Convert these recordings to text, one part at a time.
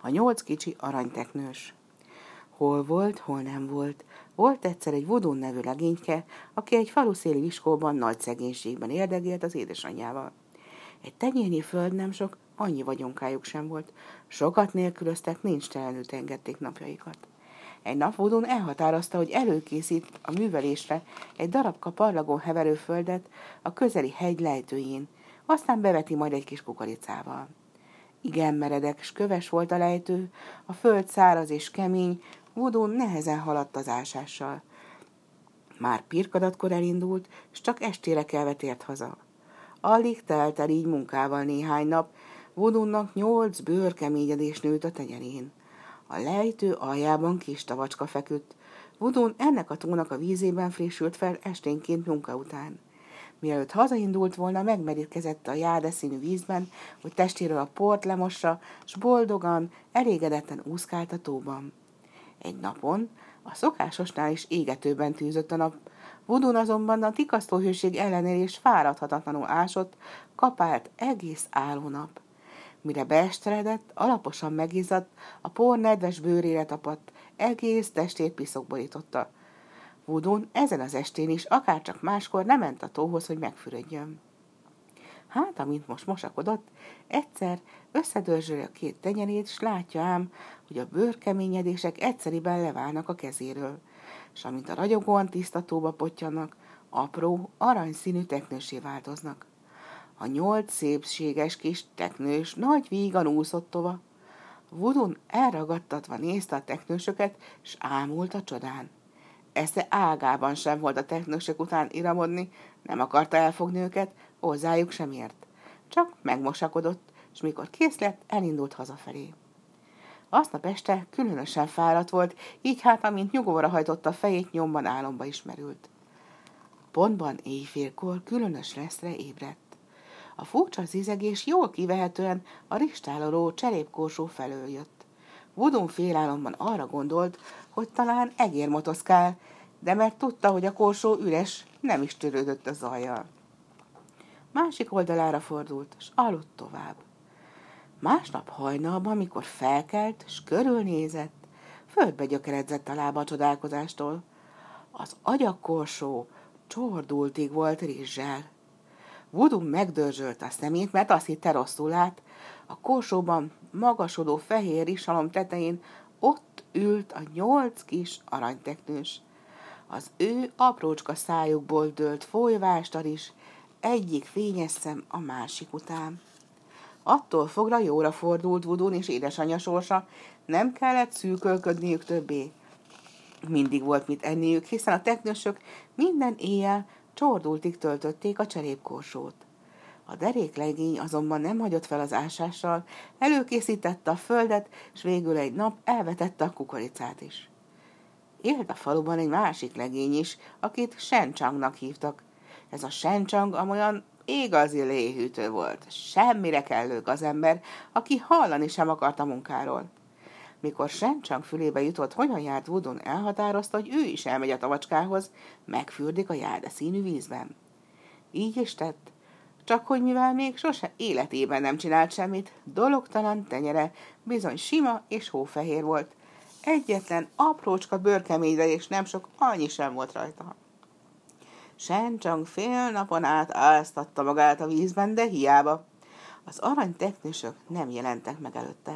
A 8 kicsi aranyteknős. Hol volt, hol nem volt. Volt egyszer egy Vodun nevű legényke, aki egy faluszéli viskóban nagy szegénységben éldegélt az édesanyjával. Egy tenyérnyi föld nem sok, annyi vagyonkájuk sem volt. Sokat nélkülöztek, nincs telenül engedték napjaikat. Egy nap Vodun elhatározta, hogy előkészít a művelésre egy darabka parlagon heverő földet a közeli hegy lejtőjén, aztán beveti majd egy kis kukoricával. Igen meredek s köves volt a lejtő, a föld száraz és kemény, Vodun nehezen haladt az ásással. Már pirkadatkor elindult, s csak estére kelve tért haza. Alig telt el így munkával néhány nap, Vodunnak 8 bőrkeményedés nőtt a tenyerén. A lejtő aljában kis tavacska feküdt. Vodun ennek a tónak a vízében frissült fel esténként munka után. Mielőtt hazaindult volna, megmerítkezett a jádeszínű vízben, hogy testéről a port lemossa, s boldogan, elégedetten úszkált a tóban. Egy napon, a szokásosnál is égetőben tűzött a nap, Vodun azonban a tikasztó hőség ellenére is fáradhatatlanul ásott, kapált egész álló nap. Mire beesteredett, alaposan megizzadt, a por nedves bőrére tapadt, egész testét piszok borította. Vodun ezen az estén is, akárcsak máskor nem ment a tóhoz, hogy megfürödjön. Hát, amint most mosakodott, egyszer összedörzsöli a 2 tenyerét, s látja ám, hogy a bőrkeményedések egyszeriben leválnak a kezéről, s amint a ragyogóan tiszta tóba pottyannak, apró, aranyszínű teknőssé változnak. A 8 szépséges kis teknős nagy vígan úszott tova. Vodun elragadtatva nézte a teknősöket, s ámult a csodán. Esze ágában sem volt a teknősök után iramodni, nem akarta elfogni őket, hozzájuk sem ért. Csak megmosakodott, és mikor kész lett, elindult hazafelé. Aznap este különösen fáradt volt, így hát, amint nyugovóra hajtotta a fejét, nyomban álomba ismerült. Pontban éjfélkor különös reszre ébredt. A furcsa zizegés jól kivehetően a ristálló cserépkorsó felől jött. Vodun félálomban arra gondolt, hogy talán egér motoszkál, de mert tudta, hogy a korsó üres, nem is törődött a zajjal. Másik oldalára fordult, s aludt tovább. Másnap hajnalban, mikor felkelt, s körülnézett, földbe gyökeredzett a lába a csodálkozástól. Az agyagkorsó csordultig volt rizssel. Vodun megdörzsölte a szemét, mert azt hitte rosszul lát. A korsóban magasodó fehér rizsalom tetején ott ült a 8 kis aranyteknős. Az ő aprócska szájukból dőlt folyvást a rizs, egyik fényes szem a másik után. Attól fogra jóra fordult Vodun és édesanyja sorsa, nem kellett szűkölködniük többé. Mindig volt mit enniük, hiszen a teknősök minden éjjel csordultig töltötték a cserépkorsót. A deréklegény azonban nem hagyott fel az ásással, előkészítette a földet, s végül egy nap elvetette a kukoricát is. Élt a faluban egy másik legény is, akit Sencsangnak hívtak. Ez a Sencsang amolyan igazi léhűtő volt. Semmire kellő gazember, aki hallani sem akart a munkáról. Mikor Sencsang fülébe jutott, hogyan járt Vodun, elhatározta, hogy ő is elmegy a tavacskához, megfürdik a jádeszínű vízben. Így is tett, csak hogy mivel még sose életében nem csinált semmit, dologtalan tenyere bizony sima és hófehér volt. Egyetlen aprócska bőrkeményre és nem sok, annyi sem volt rajta. Sencsang fél napon át áztatta magát a vízben, de hiába. Az aranyteknősök nem jelentek meg előtte.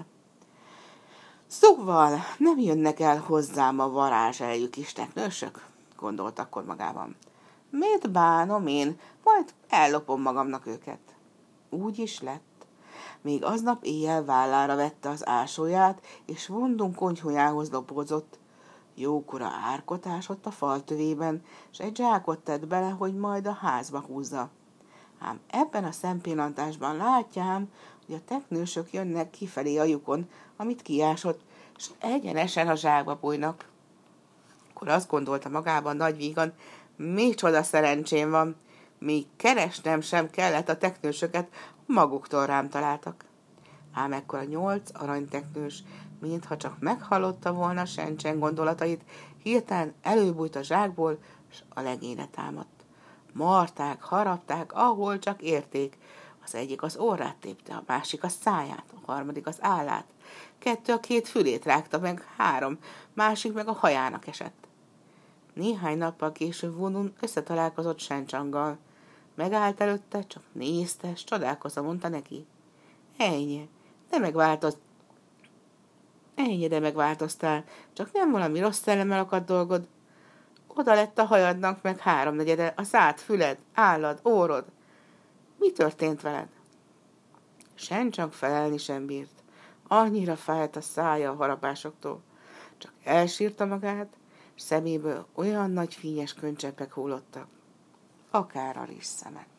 Szóval nem jönnek el hozzám a varázseljű kis teknősök, gondolt akkor magában. Mit bánom én, majd ellopom magamnak őket. Úgy is lett. Még aznap éjjel vállára vette az ásóját, és Vodun konyhójához lopódzott. Jókora árkot ásott a fal tövében, s egy zsákot tett bele, hogy majd a házba húzza. Ám ebben a szempillantásban látjám, hogy a teknősök jönnek kifelé a lyukon, amit kiásott, s egyenesen a zsákba bújnak. Akkor azt gondolta magában nagy vígan, micsoda szerencsém van, még keresnem sem kellett a teknősöket, maguktól rám találtak. Ám ekkor a 8 aranyteknős, mintha csak meghallotta volna Sencseng gondolatait, hirtelen előbújt a zsákból, s a legényre támadt. Marták, harapták, ahol csak érték. A Az egyik az orrát tépte, a másik a száját, a harmadik az állát, 2 a 2 fülét rágta meg, 3, másik meg a hajának esett. Néhány nappal később Wunun összetalálkozott Shen Changgal. Megállt előtte, csak nézte, s csodálkozva mondta neki. Ennyi, de megváltoztál, csak nem valami rossz szellemmel akadt dolgod. Oda lett a hajadnak meg 3/4, a szád, füled, állad, órod. Mi történt veled? Shen Chang felelni sem bírt. Annyira fájt a szája a harapásoktól. Csak elsírta magát, s szeméből olyan nagy fényes könycseppek hullottak, akár a rizsszemek.